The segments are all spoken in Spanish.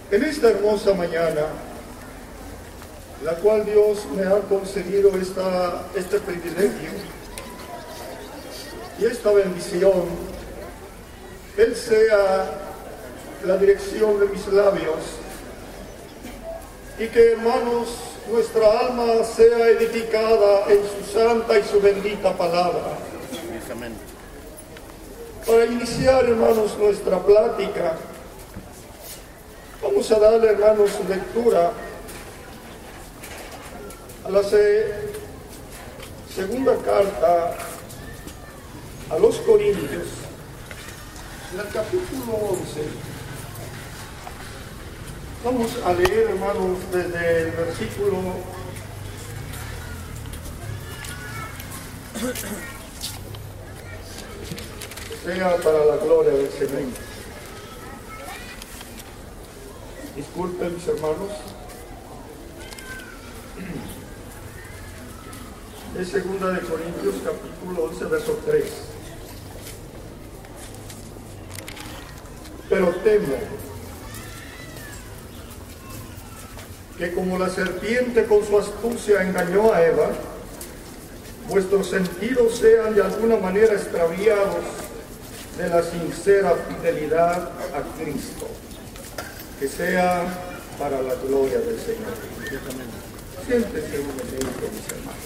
En esta hermosa mañana, la cual Dios me ha concedido este privilegio y esta bendición, Él sea la dirección de mis labios y que, hermanos, nuestra alma sea edificada en su santa y su bendita palabra. Para iniciar, hermanos, nuestra plática, vamos a darle, hermanos, lectura a la segunda carta a los Corintios, en el capítulo 11. Vamos a leer, hermanos, desde el versículo 1. Sea para la gloria del Señor. Disculpen, mis hermanos. Es 2 Corintios, capítulo 11, verso 3. Pero temo que como la serpiente con su astucia engañó a Eva, vuestros sentidos sean de alguna manera extraviados de la sincera fidelidad a Cristo, que sea para la gloria del Señor. Siéntese un momento, mis hermanos.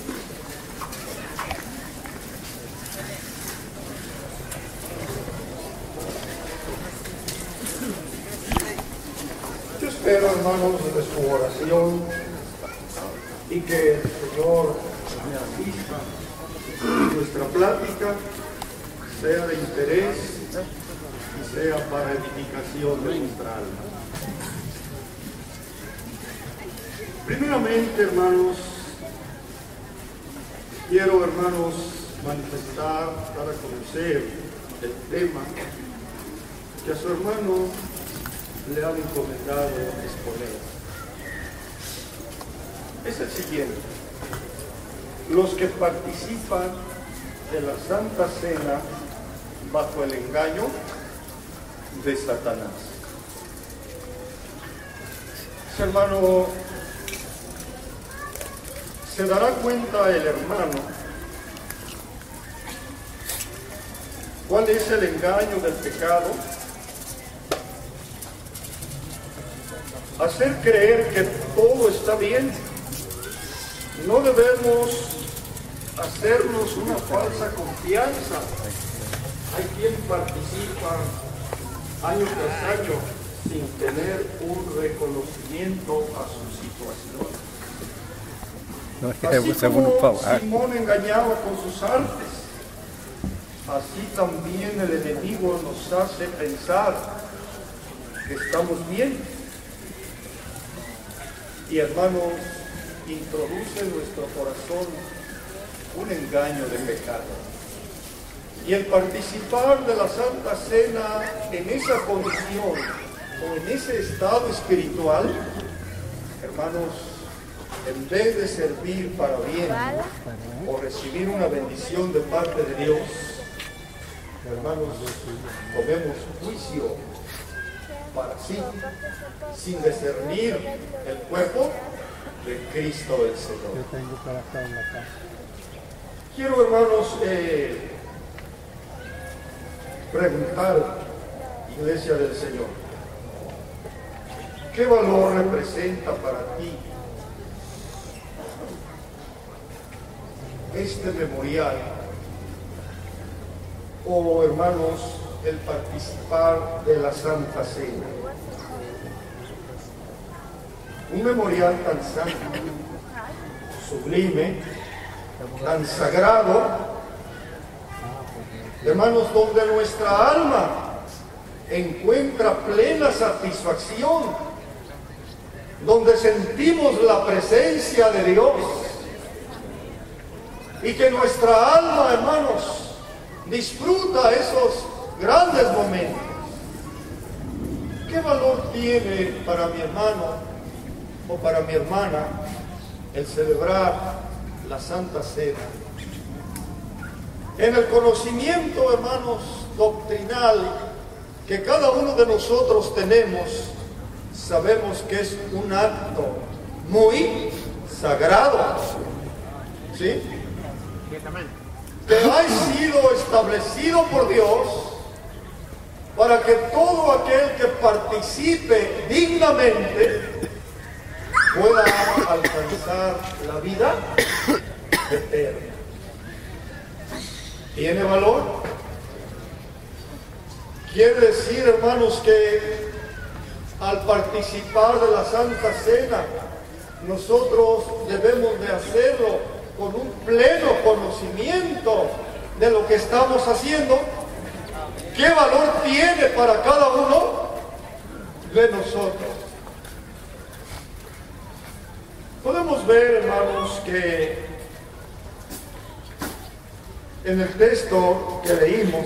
Yo espero, hermanos, de su oración y que el Señor asista nuestra plática, sea de interés y sea para edificación de nuestra alma. Primeramente, hermanos, quiero, hermanos, manifestar, dar a conocer el tema que a su hermano le han encomendado exponer. Es el siguiente: los que participan de la Santa Cena bajo el engaño de Satanás. Hermano, se dará cuenta el hermano cuál es el engaño del pecado. Hacer creer que todo está bien. No debemos hacernos una falsa confianza. Hay quien participa año tras año sin tener un reconocimiento a su situación. Así como Simón engañaba con sus artes, así también el enemigo nos hace pensar que estamos bien. Y, hermanos, introduce en nuestro corazón un engaño de pecado. Y el participar de la Santa Cena en esa condición o en ese estado espiritual, hermanos, en vez de servir para bien o recibir una bendición de parte de Dios, hermanos, tomemos juicio para sí, sin discernir el cuerpo de Cristo el Señor. Yo tengo para acá en la casa. Quiero, hermanos, preguntar, Iglesia del Señor, ¿qué valor representa para ti este memorial? O, hermanos, el participar de la Santa Cena. Un memorial tan santo, sublime, tan sagrado, hermanos, donde nuestra alma encuentra plena satisfacción, donde sentimos la presencia de Dios y que nuestra alma, hermanos, disfruta esos grandes momentos. ¿Qué valor tiene para mi hermano o para mi hermana el celebrar la Santa Cena? En el conocimiento, hermanos, doctrinal que cada uno de nosotros tenemos, sabemos que es un acto muy sagrado, ¿sí? Que ha sido establecido por Dios para que todo aquel que participe dignamente pueda alcanzar la vida eterna. ¿Tiene valor? Quiere decir, hermanos, que al participar de la Santa Cena, nosotros debemos de hacerlo con un pleno conocimiento de lo que estamos haciendo. ¿Qué valor tiene para cada uno de nosotros? Podemos ver, hermanos, que en el texto que leímos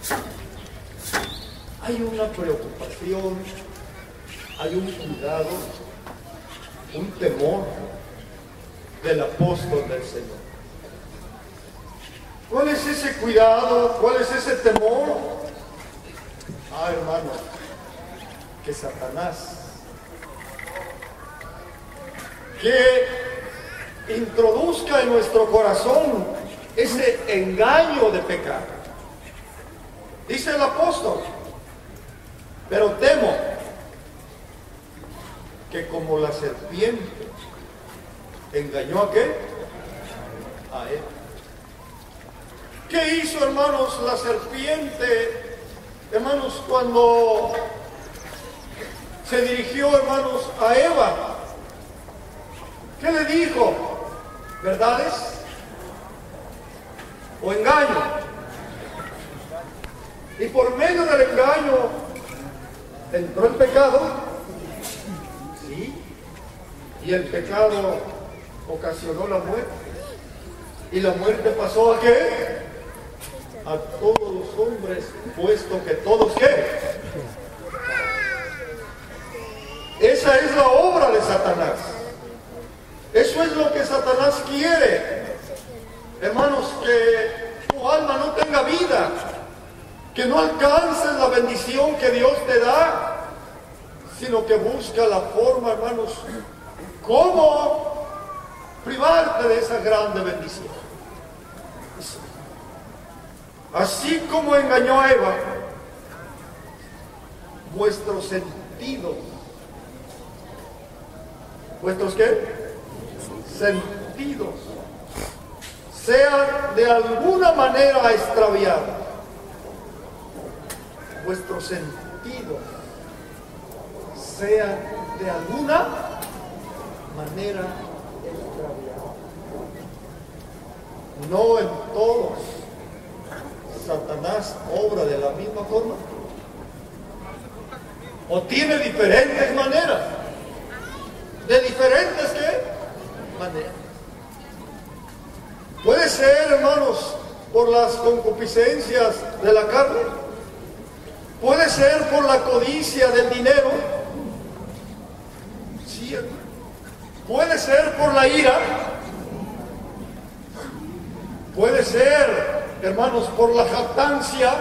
hay una preocupación, hay un cuidado, un temor del apóstol del Señor. ¿Cuál es ese cuidado? ¿Cuál es ese temor? Hermano, que Satanás, que introduzca en nuestro corazón ese engaño de pecado. Dice el apóstol, pero temo que como la serpiente engañó ¿a qué? A él. ¿Qué hizo, hermanos, la serpiente, hermanos, cuando se dirigió, hermanos, a Eva? ¿Qué le dijo? ¿Verdades o engaño? Y por medio del engaño entró el pecado. Sí. Y el pecado ocasionó la muerte. ¿Y la muerte pasó a qué? A todos los hombres, puesto que todos ¿qué? Esa es la obra de Satanás. Eso es lo que Satanás quiere. Hermanos, que tu alma no tenga vida, que no alcances la bendición que Dios te da, sino que busca la forma, hermanos, cómo privarte de esa grande bendición. Así como engañó a Eva, vuestros sentidos, ¿vuestros qué? Sentidos sean de alguna manera extraviados. Vuestros sentidos sean de alguna manera extraviados. No en todos Satanás obra de la misma forma, o tiene diferentes maneras. ¿De diferentes qué? Maneras. Puede ser, hermanos, por las concupiscencias de la carne. Puede ser por la codicia del dinero. Sí, hermano. Puede ser por la ira. Puede ser, hermanos, por la jactancia,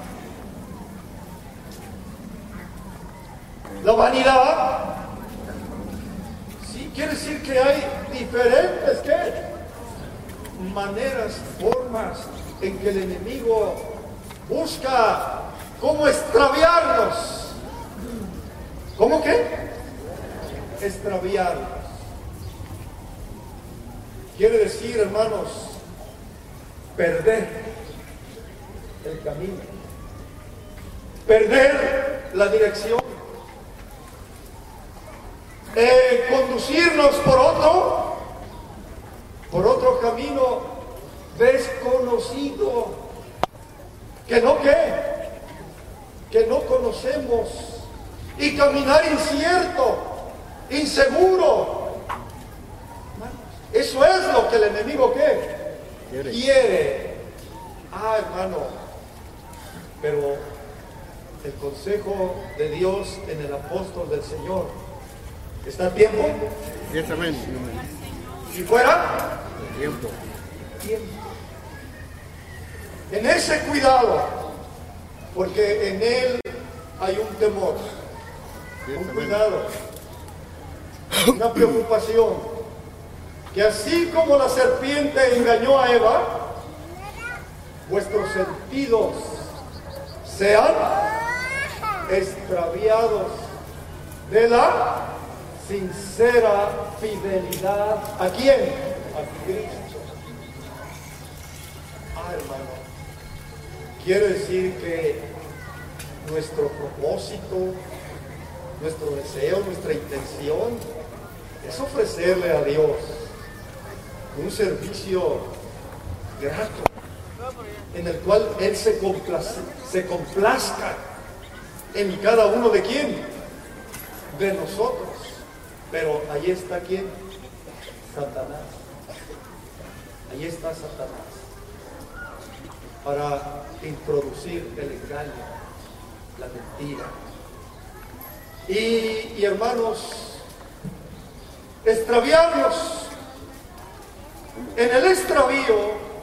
la vanidad. Sí, quiere decir que hay diferentes ¿qué? Maneras, formas en que el enemigo busca cómo extraviarnos. ¿Cómo qué? Extraviarnos. Quiere decir, hermanos, perder el camino, perder la dirección, conducirnos por otro camino desconocido, que no conocemos, y caminar incierto, inseguro. Eso es lo que el enemigo quiere. Hermano, pero el consejo de Dios en el apóstol del Señor, ¿está a tiempo? ¿Y fuera? Tiempo. En ese cuidado, porque en él hay un temor. con cuidado. Una preocupación, que así como la serpiente engañó a Eva, vuestros sentidos sean extraviados de la sincera fidelidad. ¿A quién? A Cristo. Hermano, quiere decir que nuestro propósito, nuestro deseo, nuestra intención es ofrecerle a Dios un servicio grato, en el cual Él se complazca en cada uno de quién, de nosotros. Pero ahí está quién, Satanás. Ahí está Satanás para introducir el engaño, la mentira. Y hermanos, extraviarnos. En el extravío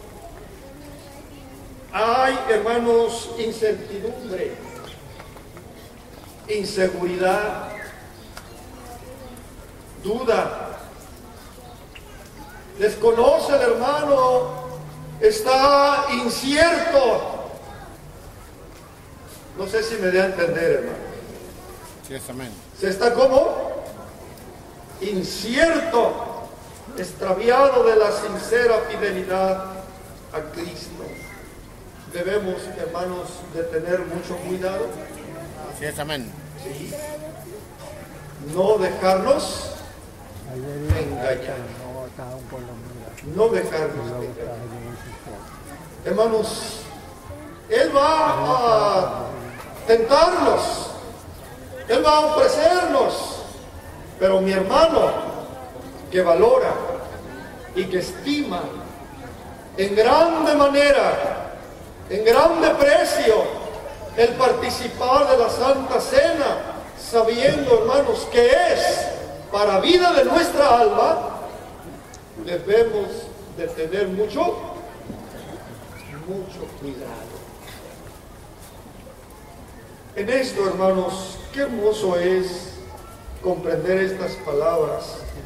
hay, hermanos, incertidumbre, inseguridad, duda. Desconoce el hermano, está incierto. No sé si me da a entender, hermano. Sí, amén. Se está como incierto, extraviado de la sincera fidelidad a Cristo. Debemos, hermanos, de tener mucho cuidado. Sí, amén. ¿Sí? No dejarnos engañar. No dejarnos engañar. Hermanos, Él va a tentarnos, Él va a ofrecernos, pero mi hermano que valora y que estima en grande manera, en grande precio, el participar de la Santa Cena, sabiendo, hermanos, que es para vida de nuestra alma, debemos de tener mucho cuidado. En esto, hermanos, qué hermoso es comprender estas palabras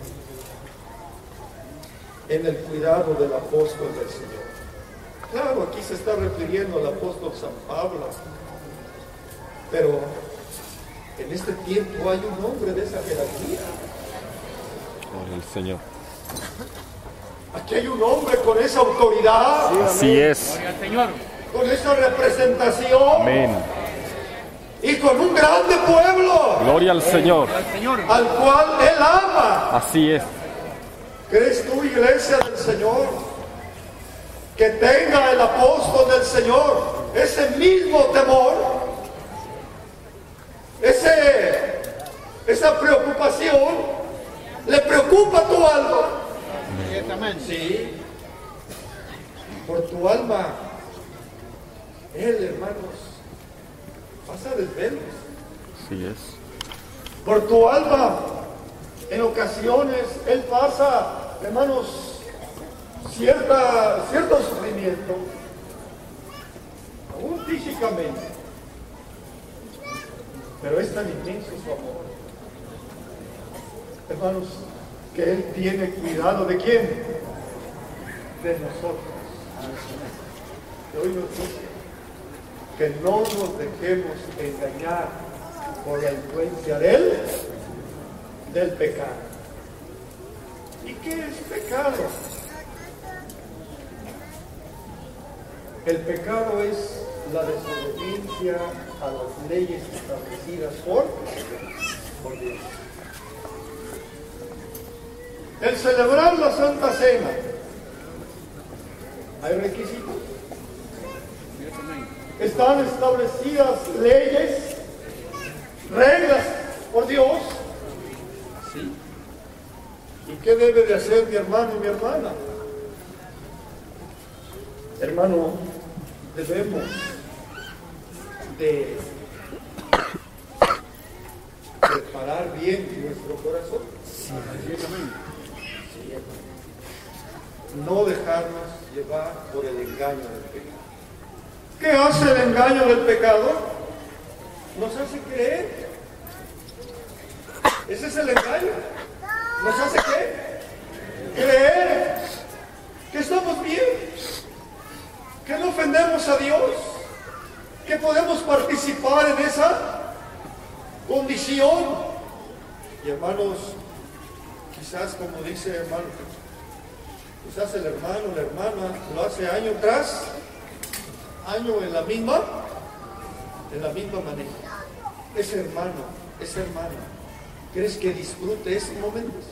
en el cuidado del apóstol del Señor. Claro, aquí se está refiriendo al apóstol San Pablo, pero en este tiempo hay un hombre de esa jerarquía. Gloria al Señor. Aquí hay un hombre con esa autoridad. Sí, así es. Gloria al Señor. Con esa representación. Amén. Y con un grande pueblo. Gloria al Señor. Al cual Él ama. Así es. ¿Crees tú, iglesia del Señor, que tenga el apóstol del Señor ese mismo temor? Esa preocupación. ¿Le preocupa tu alma? Sí. Por tu alma, Él, hermanos, pasa desvelos. Así es. Por tu alma, en ocasiones, Él pasa, hermanos, cierto sufrimiento, aún físicamente. Pero es tan inmenso su amor, hermanos, que Él tiene cuidado ¿de quién? De nosotros. Y hoy nos dice que no nos dejemos engañar por la influencia del pecado. ¿Y qué es pecado? El pecado es la desobediencia a las leyes establecidas por Dios. El celebrar la Santa Cena, ¿hay requisitos? ¿Están establecidas leyes, reglas por Dios? Sí. ¿Y qué debe de hacer mi hermano y mi hermana? Hermano, debemos de preparar bien nuestro corazón. Sí. No dejarnos llevar por el engaño del pecado. ¿Qué hace el engaño del pecado? Nos hace creer Ese es el engaño. ¿Nos hace qué? Creer que estamos bien, que no ofendemos a Dios, que podemos participar en esa condición. Y hermanos, quizás como dice hermano, quizás el hermano, la hermana lo hace año tras año en la misma manera. Ese hermano, esa hermana, ¿crees que disfrute esos momentos?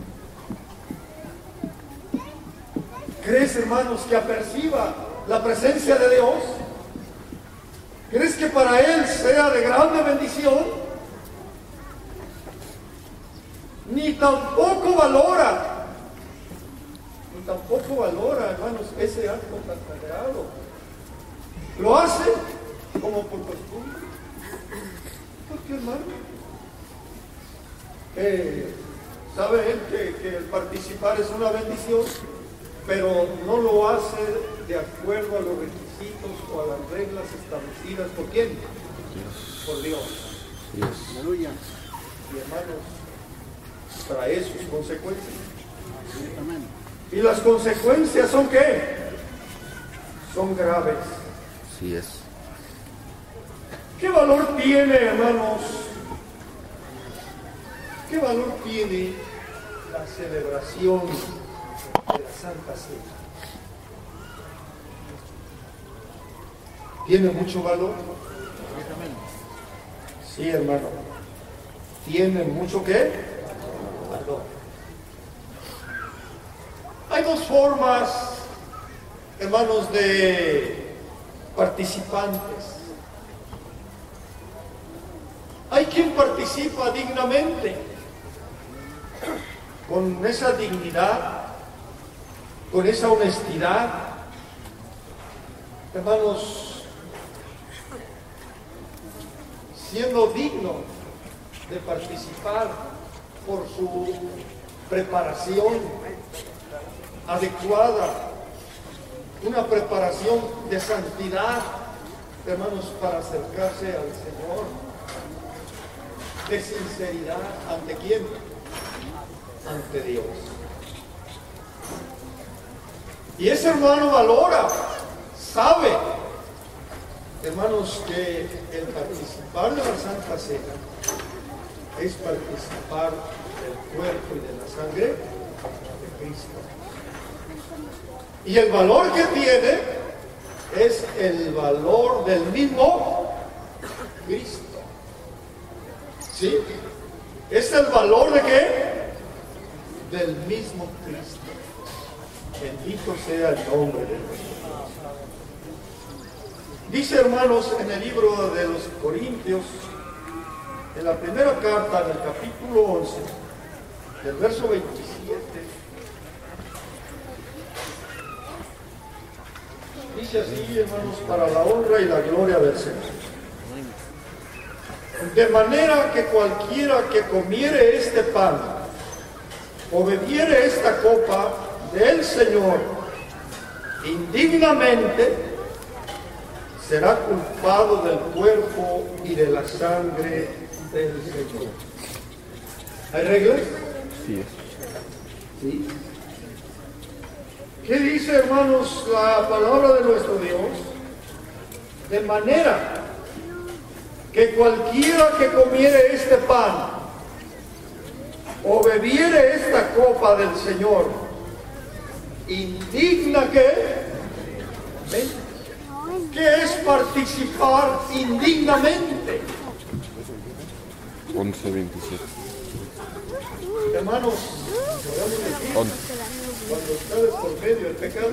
¿Crees, hermanos, que aperciba la presencia de Dios? ¿Crees que para él sea de grande bendición? Ni tampoco valora, hermanos, ese acto tan sagrado. Lo hace como por costumbre. ¿Por qué, hermano? ¿Sabe él que el participar es una bendición? Pero no lo hace de acuerdo a los requisitos o a las reglas establecidas. ¿Por quién? Dios. Por Dios. Dios. Aleluya. Y hermanos, trae sus consecuencias. Amén. ¿Y las consecuencias son qué? Son graves. Así es. ¿Qué valor tiene, hermanos? ¿Qué valor tiene la celebración de la Santa Cena? ¿Tiene mucho valor? Sí, hermano. ¿Tiene mucho qué? Valor. Hay dos formas, hermanos, de participantes. Hay quien participa dignamente, con esa dignidad, con esa honestidad. Hermanos, siendo digno de participar por su preparación adecuada, una preparación de santidad, hermanos, para acercarse al Señor, de sinceridad. ¿Ante quién? Ante Dios. Y ese hermano valora, sabe, hermanos, que el participar de la Santa Cena es participar del cuerpo y de la sangre de Cristo. Y el valor que tiene es el valor del mismo Cristo. ¿Sí? ¿Es el valor de qué? Del mismo Cristo. Bendito sea el nombre de Dios. Dice, hermanos, en el libro de los Corintios, en la primera carta del capítulo 11, del verso 27, dice así, hermanos, para la honra y la gloria del Señor. De manera que cualquiera que comiere este pan o bebiere esta copa del Señor indignamente, será culpado del cuerpo y de la sangre del Señor. ¿Hay reglas? Sí. ¿Sí? ¿Qué dice, hermanos, la palabra de nuestro Dios? De manera que cualquiera que comiere este pan o bebiere esta copa del Señor, indigna que, ¿qué es participar indignamente? 11:27. Hermanos, podemos decir, cuando ustedes por medio del pecado,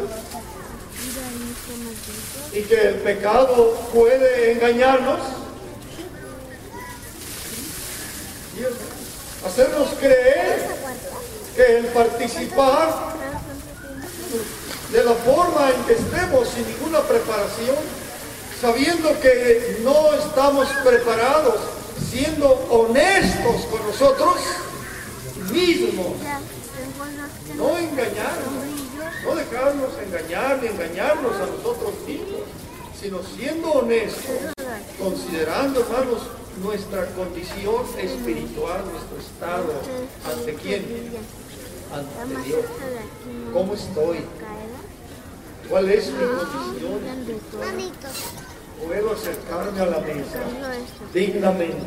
y que el pecado puede engañarnos, hacernos creer que el participar de la forma en que estemos sin ninguna preparación, sabiendo que no estamos preparados, siendo honestos con nosotros mismos, no engañarnos, no dejarnos engañar ni engañarnos a nosotros mismos, sino siendo honestos, considerando, hermanos, nuestra condición espiritual, nuestro estado. ¿Ante quién? Ante Dios. ¿Cómo estoy? ¿Cuál es mi condición? ¿Puedo acercarme a la mesa dignamente?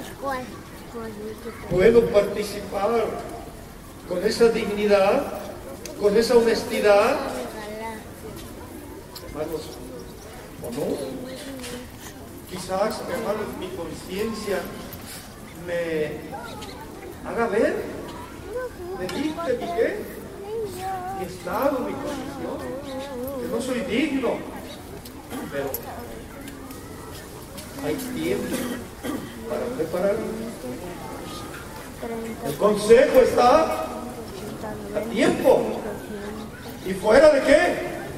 ¿Puedo participar con esa dignidad, con esa honestidad? Hermanos, ¿o no? Quizás, hermanos, mi conciencia me haga ver, me dicte mi qué, mi estado, mi condición, que no soy digno, pero hay tiempo para prepararme. El consejo está a tiempo. ¿Y fuera de qué?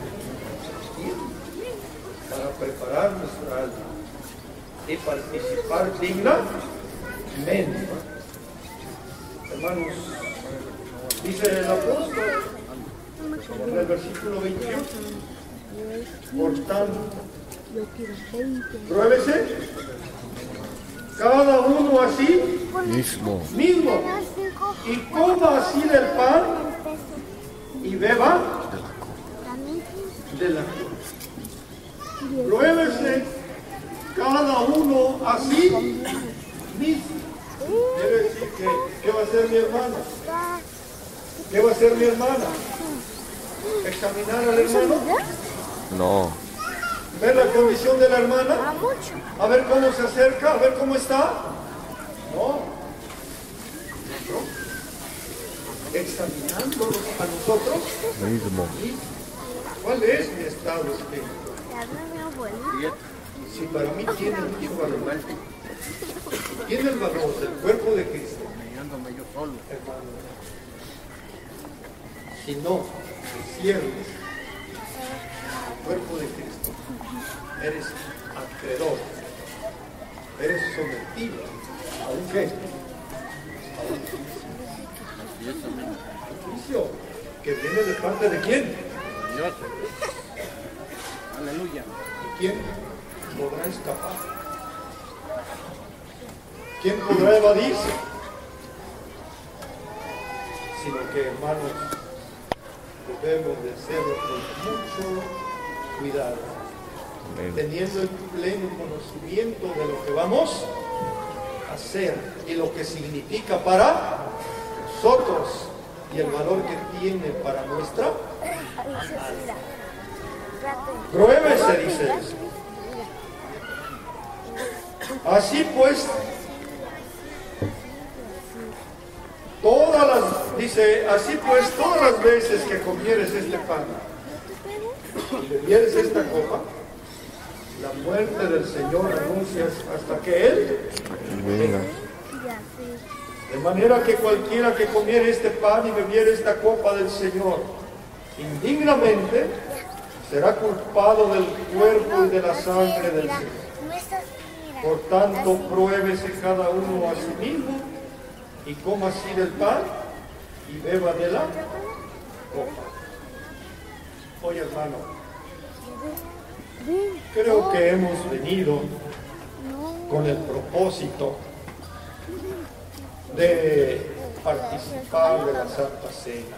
Para preparar nuestra alma y participar dignamente. Hermanos, dice el apóstol en el versículo 28, por tanto, pruébese cada uno así mismo y coma así del pan y beba de la copa. Pruébese cada uno así mismo. Quiere decir que, ¿qué va a hacer mi hermano? ¿Qué va a hacer mi hermana? ¿Examinar al hermano? No. ¿Ver la condición de la hermana? A ver cómo se acerca, a ver cómo está. No. Examinándonos a nosotros Mismo. ¿Cuál es mi estado espiritual? Si para mí tiene mucho valor, tiene el valor del cuerpo de Cristo, hermano, si no cierres el cuerpo de Cristo, eres acreedor, eres sometido a un qué, a un juicio que viene de parte de quién. Dios. Aleluya. ¿Y quién podrá escapar? ¿Quién podrá evadirse? Sino que, hermanos, debemos de hacerlo con mucho cuidado, teniendo el pleno conocimiento de lo que vamos a hacer y lo que significa para nosotros y el valor que tiene para nuestra alma. Pruébese, dice. Así pues, todas las veces que comieres este pan y bebieres esta copa, la muerte del Señor anuncias hasta que Él venga. De manera que cualquiera que comiere este pan y bebiere esta copa del Señor indignamente, será culpado del cuerpo y de la sangre del Señor. Por tanto, pruébese cada uno a sí mismo y coma así del pan y beba de la copa. Oye, hermano, creo que hemos venido con el propósito de participar de la Santa Cena.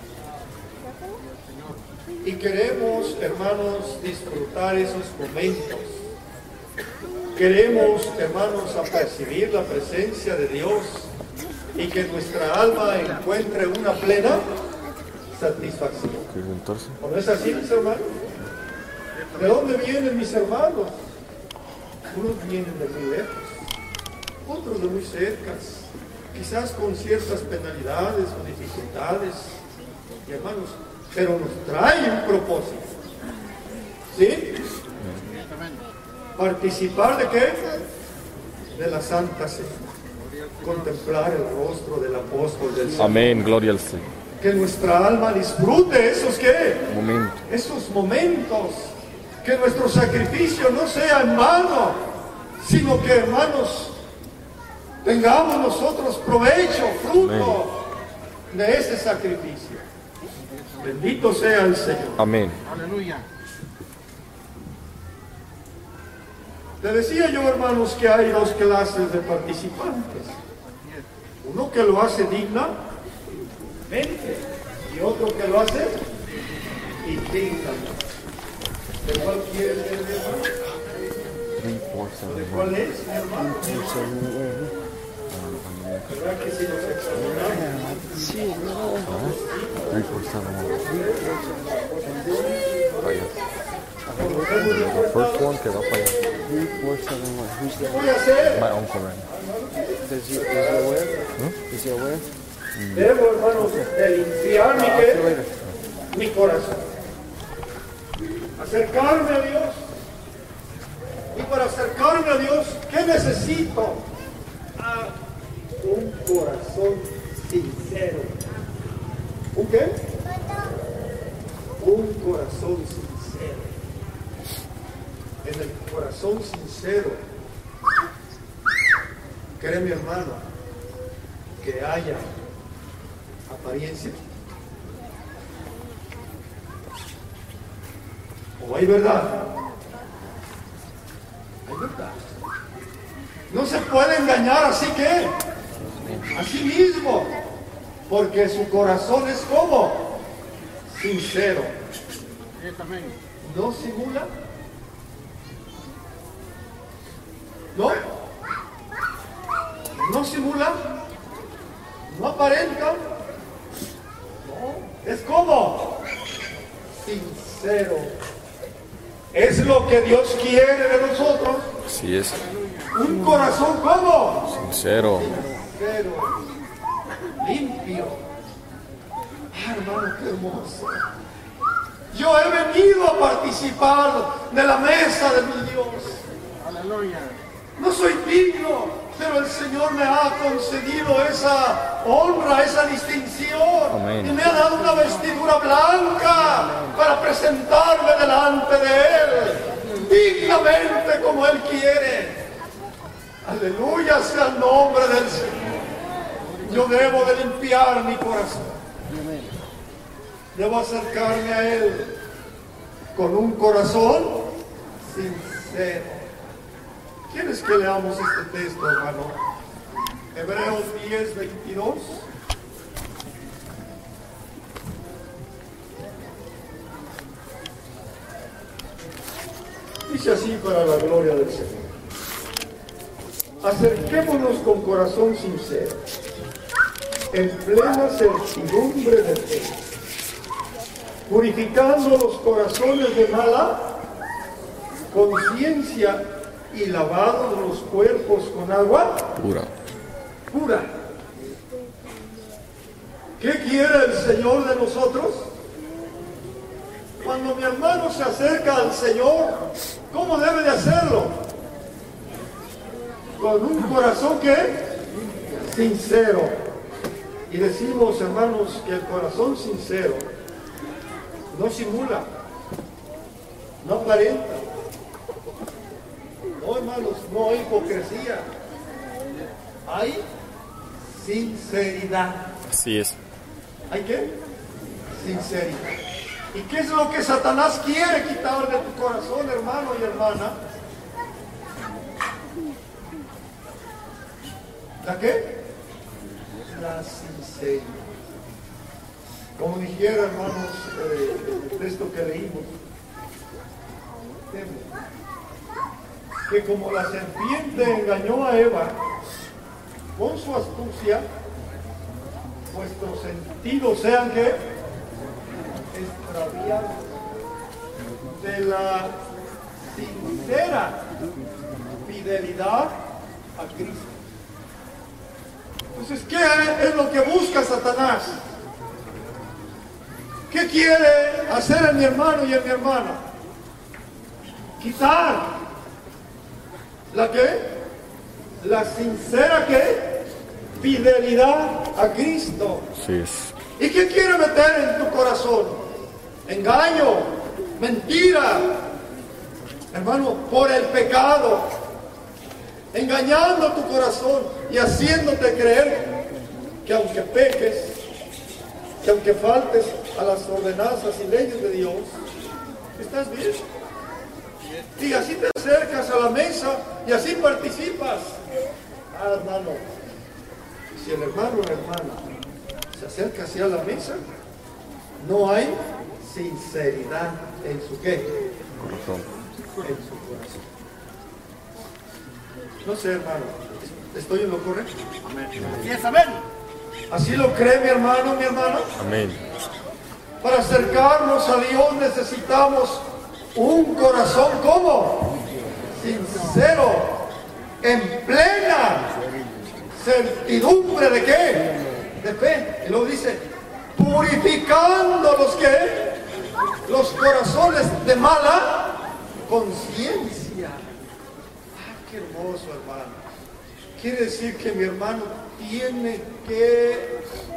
Y queremos, hermanos, disfrutar esos momentos. Queremos, hermanos, apercibir la presencia de Dios y que nuestra alma encuentre una plena satisfacción. ¿O no es así, mis hermanos? ¿De dónde vienen mis hermanos? Unos vienen de muy lejos, otros de muy cerca, quizás con ciertas penalidades o dificultades, y hermanos, pero nos trae un propósito. ¿Sí? ¿Participar de qué? De la Santa Cena. Contemplar el rostro del apóstol del Señor. Amén, gloria al Señor. Que nuestra alma disfrute esos ¿qué? Momentos. Esos momentos. Que nuestro sacrificio no sea en vano, sino que, hermanos, tengamos nosotros provecho, fruto de ese sacrificio. Bendito sea el Señor. Amén. Aleluya. Le decía yo, hermanos, que hay dos clases de participantes. Uno que lo hace dignamente y otro que lo hace indignamente. ¿De cuál quiere ser, mi hermano? 3, 4, 7, ¿De cuál es, mi hermano? ¿Verdad que si nos examinamos? 3, 4, 7, 1. The first one que va para allá. 3, 4, 7, 1. Who's ¿Qué that? voy a hacer? My uncle ran. Is he aware? Is he aware? Debo, hermanos, de limpiar mi, See you ¿qué? later. Mi corazón. Acercarme a Dios. Y para acercarme a Dios, ¿qué necesito? Un corazón sincero. ¿Un qué? Un corazón sincero. En el corazón sincero, ¿cree mi hermano que haya apariencia? ¿O hay verdad? Hay verdad. No se puede engañar así que a sí mismo, porque su corazón es como sincero. No simula. No. No simula. No aparenta. No. Es como sincero. Es lo que Dios quiere de nosotros. Así es. Un corazón como Sincero. sincero, limpio. Ah, hermano, qué hermoso. Yo he venido a participar de la mesa de mi Dios. Aleluya. No soy digno, pero el Señor me ha concedido esa honra, esa distinción. Amén. Y me ha dado una vestidura blanca para presentarme delante de Él, dignamente como Él quiere. Aleluya sea el nombre del Señor. Yo debo de limpiar mi corazón. Debo acercarme a Él con un corazón sincero. ¿Quieres que leamos este texto, hermano? Hebreos 10, 22. Dice así para la gloria del Señor. Acerquémonos con corazón sincero, en plena certidumbre de fe, purificando los corazones de mala conciencia y lavados los cuerpos con agua pura. ¿Qué quiere el Señor de nosotros? Cuando mi hermano se acerca al Señor, ¿cómo debe de hacerlo? Con un corazón que sincero. Y decimos, hermanos, que el corazón sincero no simula, no aparenta. No, hermanos, no hay hipocresía. Hay sinceridad. Así es. ¿Hay qué? Sinceridad. ¿Y qué es lo que Satanás quiere quitar de tu corazón, hermano y hermana? ¿La qué? La sinceridad. Como dijera, hermanos, el texto que leímos, que como la serpiente engañó a Eva con su astucia, vuestros sentidos sean que extraviados de la sincera fidelidad a Cristo. Entonces, ¿qué es lo que busca Satanás? ¿Qué quiere hacer en mi hermano y en mi hermana? Quitar ¿la qué? La sincera ¿qué? Fidelidad a Cristo. Así es. ¿Y qué quiere meter en tu corazón? Engaño, mentira, hermano, por el pecado, engañando tu corazón y haciéndote creer que aunque peques, que aunque faltes a las ordenanzas y leyes de Dios, estás bien. Y así te acercas a la mesa y así participas. Ah, hermano, si el hermano o la hermana se acerca hacia la mesa, no hay sinceridad en su ¿qué? Corazón. En su corazón. No sé, hermano, ¿estoy en lo correcto? Así es, amén. ¿Así lo cree mi hermano, mi hermana? Amén. Para acercarnos a Dios necesitamos un corazón, ¿cómo? Sincero, en plena certidumbre de ¿qué? De fe. Y luego dice, purificando los ¿qué? Los corazones de mala conciencia. Ah, qué hermoso, hermano. Quiere decir que mi hermano tiene que,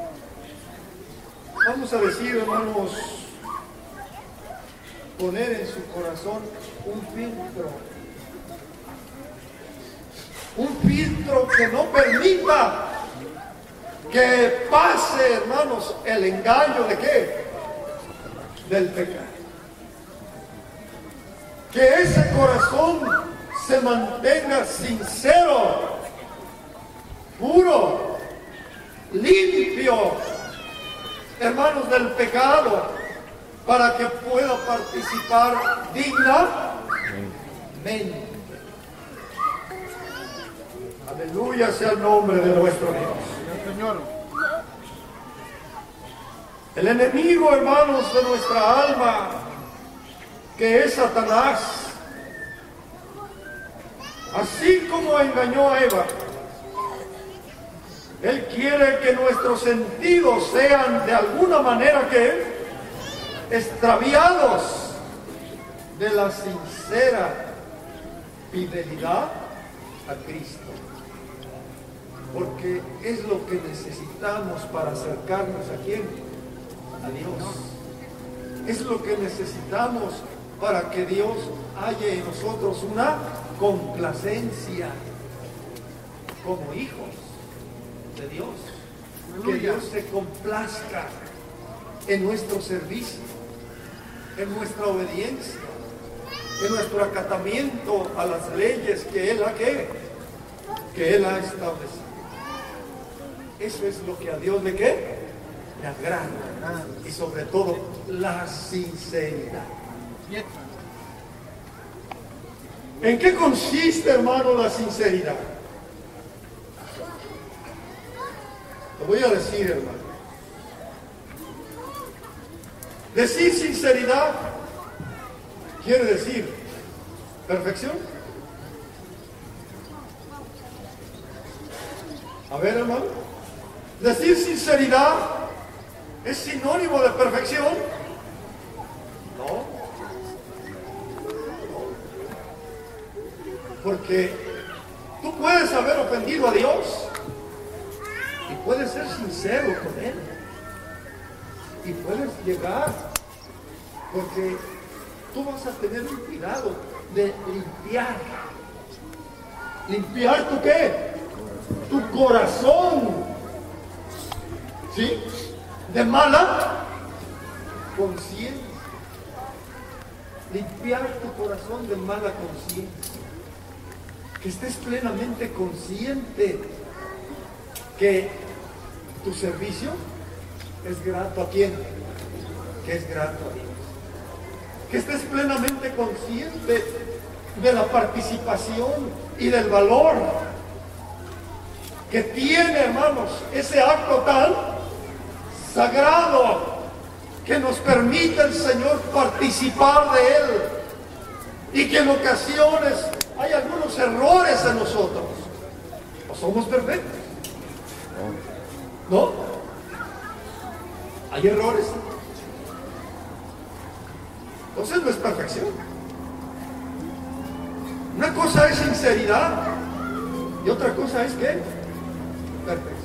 vamos a decir, hermanos, poner en su corazón un filtro. Un filtro que no permita que pase, hermanos, el engaño de ¿qué? Del pecado. Que ese corazón se mantenga sincero, puro, limpio, hermanos, del pecado, para que pueda participar dignamente. Aleluya sea el nombre de nuestro Dios. Señor. El enemigo, hermanos, de nuestra alma, que es Satanás, así como engañó a Eva, él quiere que nuestros sentidos sean de alguna manera que extraviados de la sincera fidelidad a Cristo. Porque es lo que necesitamos para acercarnos a quién? A Dios. Es lo que necesitamos para que Dios haya en nosotros una complacencia como hijos de Dios. Que Dios se complazca en nuestro servicio, en nuestra obediencia, en nuestro acatamiento a las leyes que Él ha establecido. Eso es lo que a Dios le ¿qué? Le agrada. Y sobre todo la sinceridad. ¿En qué consiste, hermano, la sinceridad? Lo voy a decir, hermano. Decir sinceridad quiere decir perfección. A ver, hermano. Decir sinceridad es sinónimo de perfección. No. Porque tú puedes haber ofendido a Dios y puedes ser sincero con Él. Y puedes llegar, porque tú vas a tener un cuidado de limpiar. ¿Limpiar tu qué? Tu corazón. ¿Sí? De mala conciencia. Limpiar tu corazón de mala conciencia. Que estés plenamente consciente que tu servicio es grato a quién, que es grato a Dios. Que estés plenamente consciente de la participación y del valor que tiene, hermanos, ese acto tan sagrado que nos permite el Señor participar de Él, y que en ocasiones hay algunos errores en nosotros. ¿No somos perfectos? ¿No? Hay errores. Entonces no es perfección. Una cosa es sinceridad y otra cosa es ¿qué? Perfección.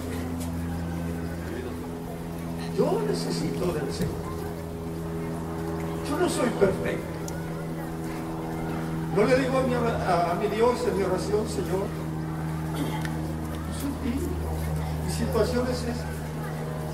Yo necesito del Señor. Yo no soy perfecto. No le digo a mi Dios en mi oración, Señor, soy tímido, mi situación es esta.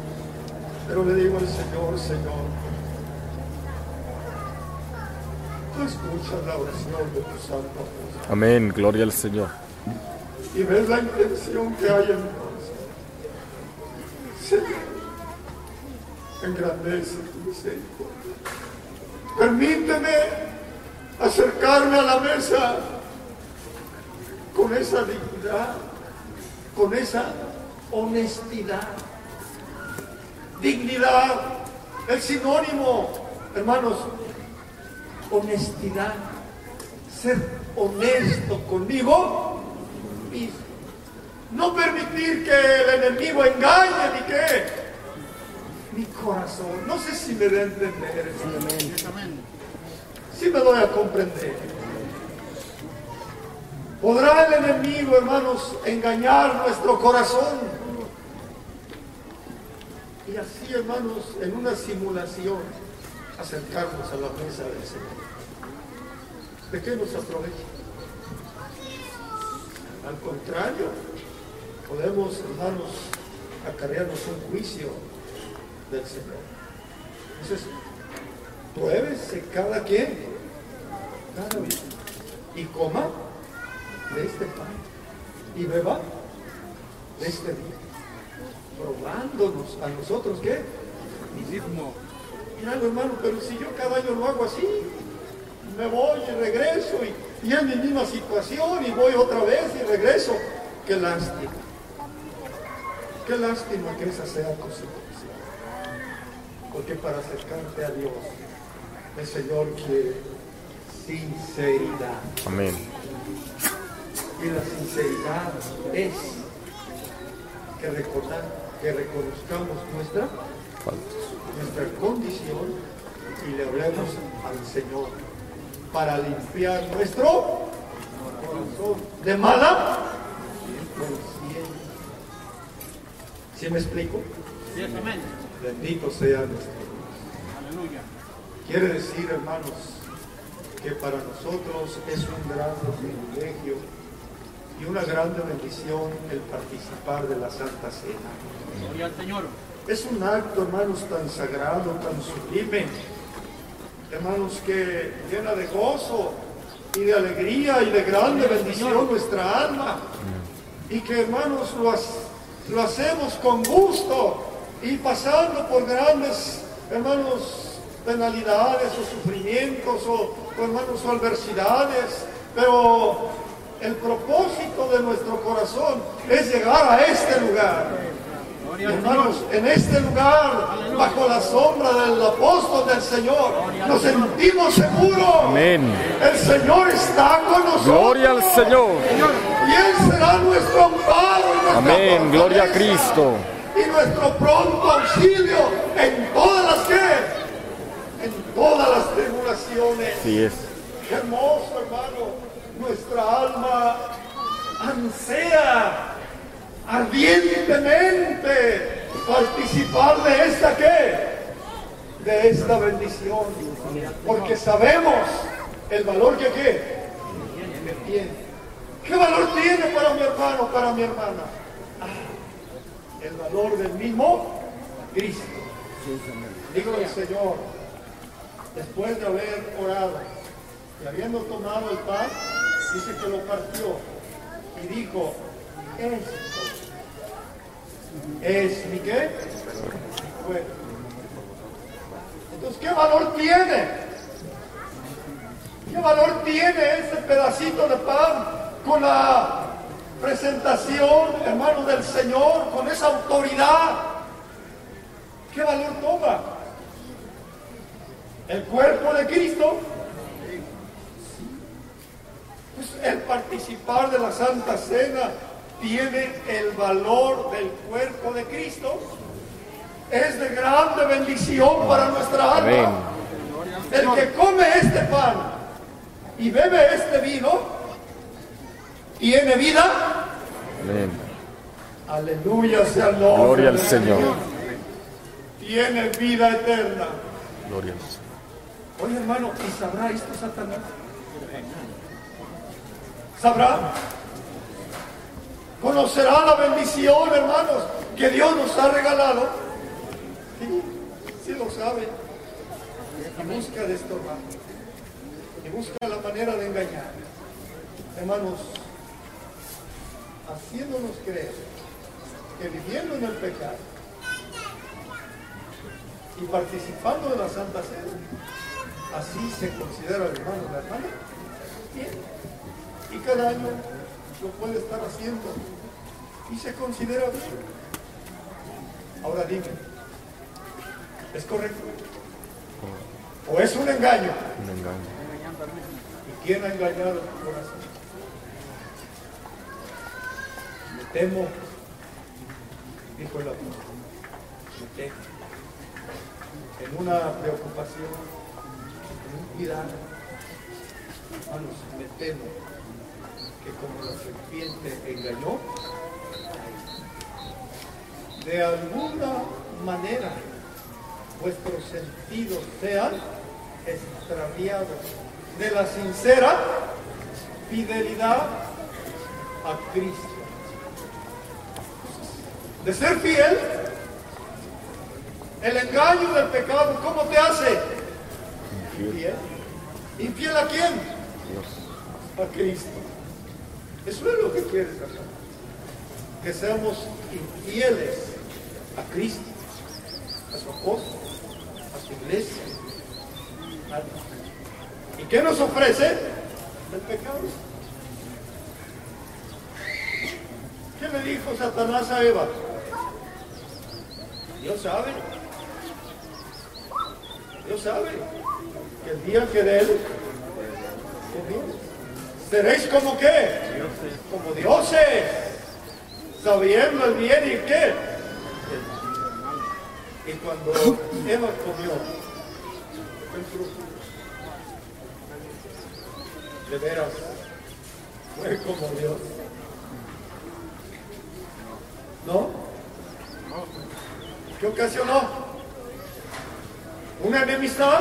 Pero le digo al Señor, Señor, Tú escuchas la oración de tu santo apóstol. Amén. Gloria al Señor. Y ves la intención que hay en mi corazón. Señor, engrandece tu misericordia. Permíteme acercarme a la mesa con esa dignidad, con esa honestidad. Dignidad, el sinónimo, hermanos, honestidad, ser honesto conmigo mismo. No permitir que el enemigo engañe ni que mi corazón. No sé si me da a entender. Si me doy a comprender. ¿Podrá el enemigo, hermanos, engañar nuestro corazón? Y así, hermanos, en una simulación, acercarnos a la mesa del Señor. ¿De qué nos aprovecha? Al contrario, podemos, hermanos, acarrearnos un juicio del Señor. Entonces, pruébese cada quien, cada vez, y coma de este pan, y beba de este vino, probándonos a nosotros, ¿qué? Mismo. Mira, hermano, pero si yo cada año lo hago así, me voy y regreso, y es mi misma situación, y voy otra vez y regreso. Qué lástima. Qué lástima que esa sea tu situación. Porque para acercarte a Dios, el Señor quiere sinceridad. Amén. Y la sinceridad es que reconozcamos nuestra condición y le hablemos al Señor para limpiar nuestro corazón de mala conciencia. ¿Sí me explico? Sí, amén. Bendito sea nuestro Dios. Aleluya. Quiere decir, hermanos, que para nosotros es un gran privilegio y una grande bendición el participar de la Santa Cena. Gloria al Señor. Es un acto, hermanos, tan sagrado, tan sublime, hermanos, que llena de gozo y de alegría y de grande bendición nuestra alma. Y que, hermanos, lo hacemos con gusto y pasando por grandes, hermanos, penalidades o sufrimientos o hermanos, o adversidades, pero el propósito de nuestro corazón es llegar a este lugar. Hermanos, en este lugar, bajo la sombra del apóstol del Señor, nos sentimos seguros. Amén. El Señor está con nosotros. Gloria al Señor. Y Él será nuestro amparo y nuestra Amén. Gloria a fortaleza Cristo. y nuestro pronto auxilio en todas las en todas las tribulaciones. Así es. Qué hermoso, hermano. Nuestra alma ansea ardientemente participar de esta de esta bendición, porque sabemos el valor que tiene. ¿Qué valor tiene para mi hermano, para mi hermana? El valor del mismo Cristo. Digo el Señor, después de haber orado y habiendo tomado el pan, dice que lo partió y dijo: esto es mi ¿qué? Mi cuerpo. Entonces, ¿qué valor tiene? ¿Qué valor tiene ese pedacito de pan con la presentación, hermano, del Señor, con esa autoridad? ¿Qué valor toma? El cuerpo de Cristo. Pues el participar de la Santa Cena tiene el valor del cuerpo de Cristo. Es de grande bendición para nuestra alma. Amén. El que come este pan y bebe este vino tiene vida. Amén. Aleluya sea el nombre. Gloria al del Señor. Tiene vida eterna. Gloria al Señor. Oye, hermano, ¿y sabrá esto Satanás? ¿Sabrá? ¿Conocerá la bendición, hermanos, que Dios nos ha regalado? Sí, sí lo sabe. Y busca de estorbar. y buscan la manera de engañar. Hermanos, haciéndonos creer que viviendo en el pecado y participando de la Santa Cena, así se considera el hermano o la hermana bien. Y cada año lo puede estar haciendo y se considera bien. Ahora dime, ¿es correcto? ¿O es un engaño? Un engaño. ¿Y quién ha engañado tu corazón? Me temo, dijo el apóstol, me temo. En una preocupación, en un cuidado, hermanos, me temo que como la serpiente engañó, de alguna manera vuestros sentidos sean extraviados de la sincera fidelidad a Cristo. De ser fiel, el engaño del pecado, ¿cómo te hace? Infiel. ¿Infiel a quién? Dios. A Cristo. Eso es lo que quieres hacer. Que seamos infieles a Cristo, a su apóstol, a su iglesia. ¿Y qué nos ofrece? El pecado. ¿Qué le dijo Satanás a Eva? Dios sabe que el día que de él seréis como qué, como dioses, sabiendo el bien y qué. Y cuando Eva comió el fruto, de veras fue como Dios, ¿no? ¿Qué ocasionó? ¿Una enemistad?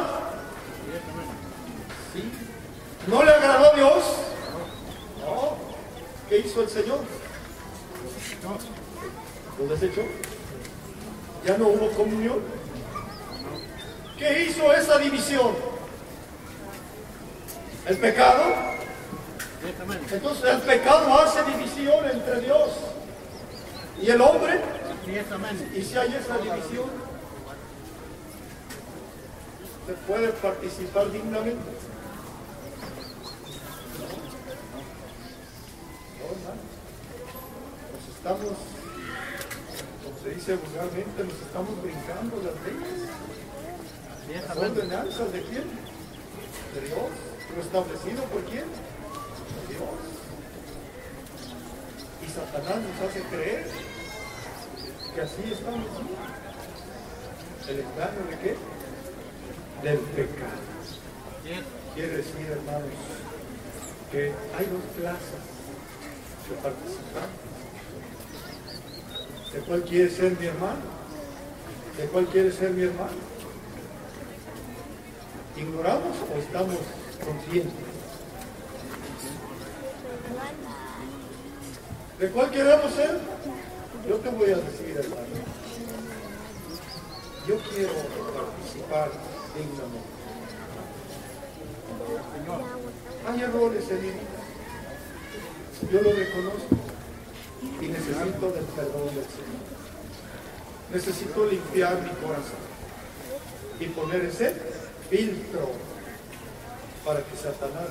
Sí. ¿No le agradó a Dios? No. ¿Qué hizo el Señor? ¿Lo desechó? ¿Ya no hubo comunión? ¿Qué hizo esa división? ¿El pecado? Entonces el pecado hace división entre Dios y el hombre. Y si hay esa división, ¿se puede participar dignamente? No, hermano. Nos estamos, como se dice vulgarmente, nos estamos brincando las leyes. ¿Las ordenanzas de quién? De Dios. ¿Lo establecido por quién? Por Dios. Y Satanás nos hace creer que así estamos. ¿El engaño de qué? Del pecado. Quiere decir, hermanos, que hay dos clases de participantes. ¿De cuál quiere ser mi hermano? ¿De cuál quiere ser mi hermano? ¿Ignoramos o estamos conscientes? ¿De cuál queremos ser? Yo te voy a decir, hermano, yo quiero participar dignamente. Hay errores en mi vida, yo lo reconozco y necesito del perdón del Señor. Necesito limpiar mi corazón y poner ese filtro para que Satanás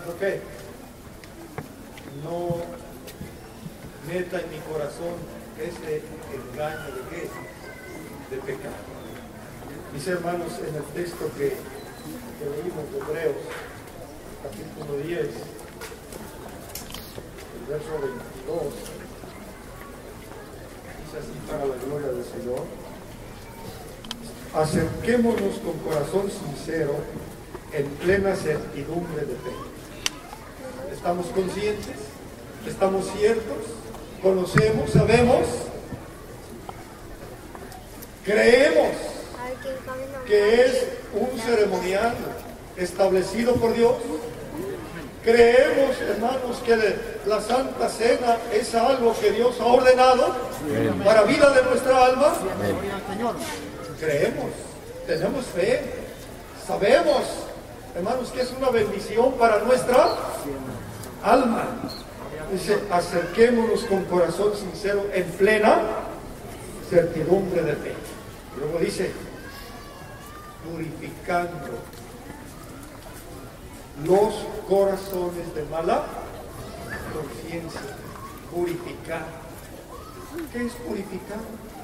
no meta en mi corazón ese engaño de qué, de pecado. Mis hermanos, en el texto que leímos de Hebreos, capítulo 10, el verso 22, dice así: para la gloria del Señor, acerquémonos con corazón sincero, en plena certidumbre de fe. ¿Estamos conscientes? ¿Estamos ciertos? ¿Conocemos? ¿Sabemos? ¿Creemos que es un ceremonial establecido por Dios? ¿Creemos, hermanos, que la Santa Cena es algo que Dios ha ordenado para vida de nuestra alma? Creemos, tenemos fe, sabemos hermanos, que es una bendición para nuestra alma. Dice, acerquémonos con corazón sincero en plena certidumbre de fe. Luego dice, purificando los corazones de mala conciencia. Purificar. ¿Qué es purificar?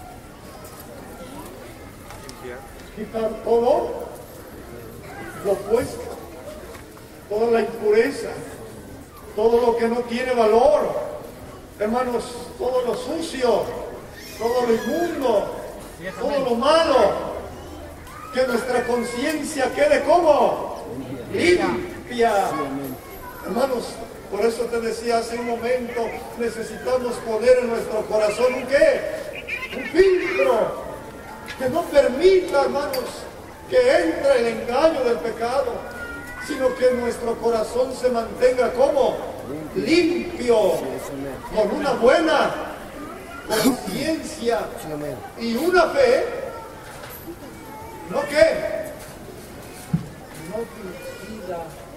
Quitar todo lo opuesto, toda la impureza, todo lo que no tiene valor, hermanos, todo lo sucio, todo lo inmundo, todo lo malo, que nuestra conciencia quede como limpia. Hermanos, por eso te decía hace un momento, necesitamos poner en nuestro corazón ¿un qué? Un filtro que no permita, hermanos, que entre el engaño del pecado, sino que nuestro corazón se mantenga como limpio, con una buena conciencia y una fe, ¿no qué? No fingida.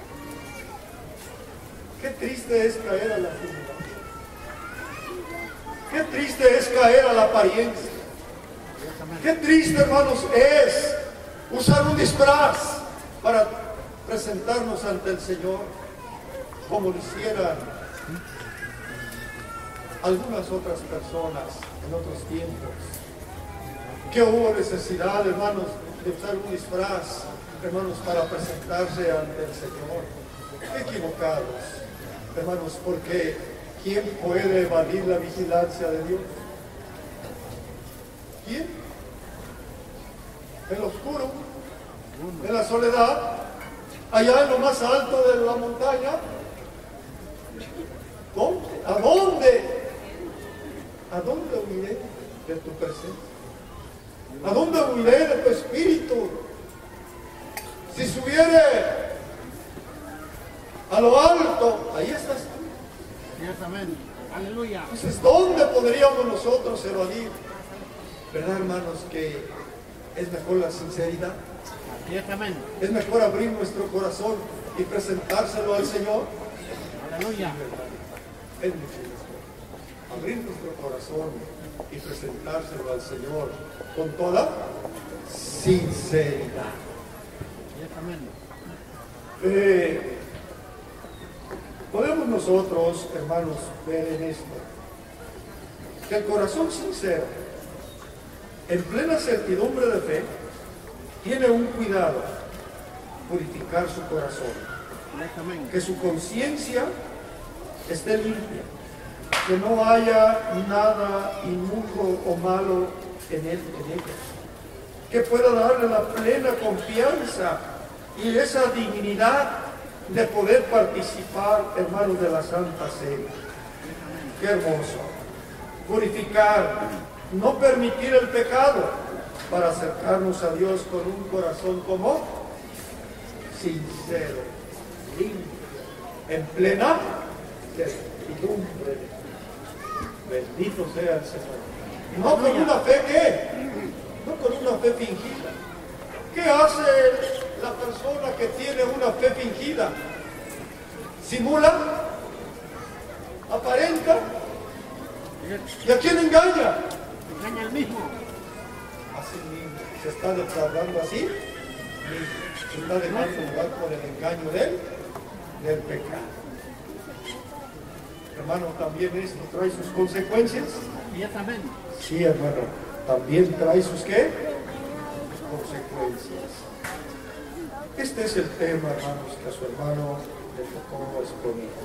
Qué triste es caer a la figura. Qué triste es caer a la apariencia. Qué triste, hermanos, es usar un disfraz para presentarnos ante el Señor, como lo hicieran algunas otras personas en otros tiempos. Que hubo necesidad, hermanos, de usar un disfraz, hermanos, para presentarse ante el Señor. Equivocados, hermanos, porque ¿quién puede evadir la vigilancia de Dios? ¿Quién? En lo oscuro, en la soledad, allá en lo más alto de la montaña. ¿Dónde? ¿A dónde? ¿A dónde huiré de tu presencia? ¿A dónde huiré de tu espíritu? Si subiere a lo alto, ahí estás tú. Ciertamente. Aleluya. Entonces, ¿dónde podríamos nosotros evadir? ¿Verdad, hermanos, que es mejor la sinceridad? Ciertamente. Es mejor abrir nuestro corazón y presentárselo al Señor. Aleluya. Es mucho mejor abrir nuestro corazón y presentárselo al Señor con toda sinceridad. Ciertamente. Podemos nosotros, hermanos, ver en esto que el corazón sincero, en plena certidumbre de fe, tiene un cuidado: purificar su corazón, que su conciencia esté limpia, que no haya nada inmundo o malo en ella, que pueda darle la plena confianza y esa dignidad de poder participar, hermanos, de la Santa Cena. Qué hermoso. Purificar, no permitir el pecado, para acercarnos a Dios con un corazón como sincero, limpio, en plena certidumbre. Bendito sea el Señor. No con una fe ¿qué? No con una fe fingida. ¿Qué hace la persona que tiene una fe fingida? ¿Simula? ¿Aparenta? ¿Y a quién engaña? Engaña al mismo. Así mismo. Se está defraudando así. Se está dejando lugar por el engaño del pecado. Hermano, también esto trae sus consecuencias. Ciertamente. Sí, hermano. También trae sus ¿qué? Consecuencias. Este es el tema, hermanos, que a su hermano le tocó exponer.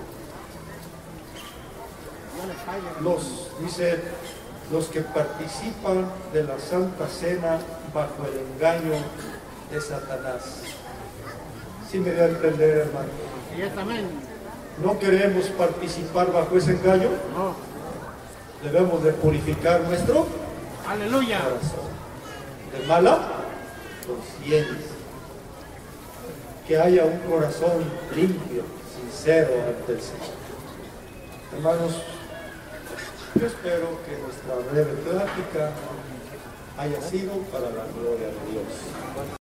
Dice, los que participan de la Santa Cena bajo el engaño de Satanás. ¿Sí me da a entender, hermano? Ciertamente. ¿No queremos participar bajo ese engaño? No. Debemos de purificar nuestro Aleluya. corazón de mala conciencia. Que haya un corazón limpio, sincero ante el Señor. Hermanos, yo espero que nuestra breve plática haya sido para la gloria de Dios.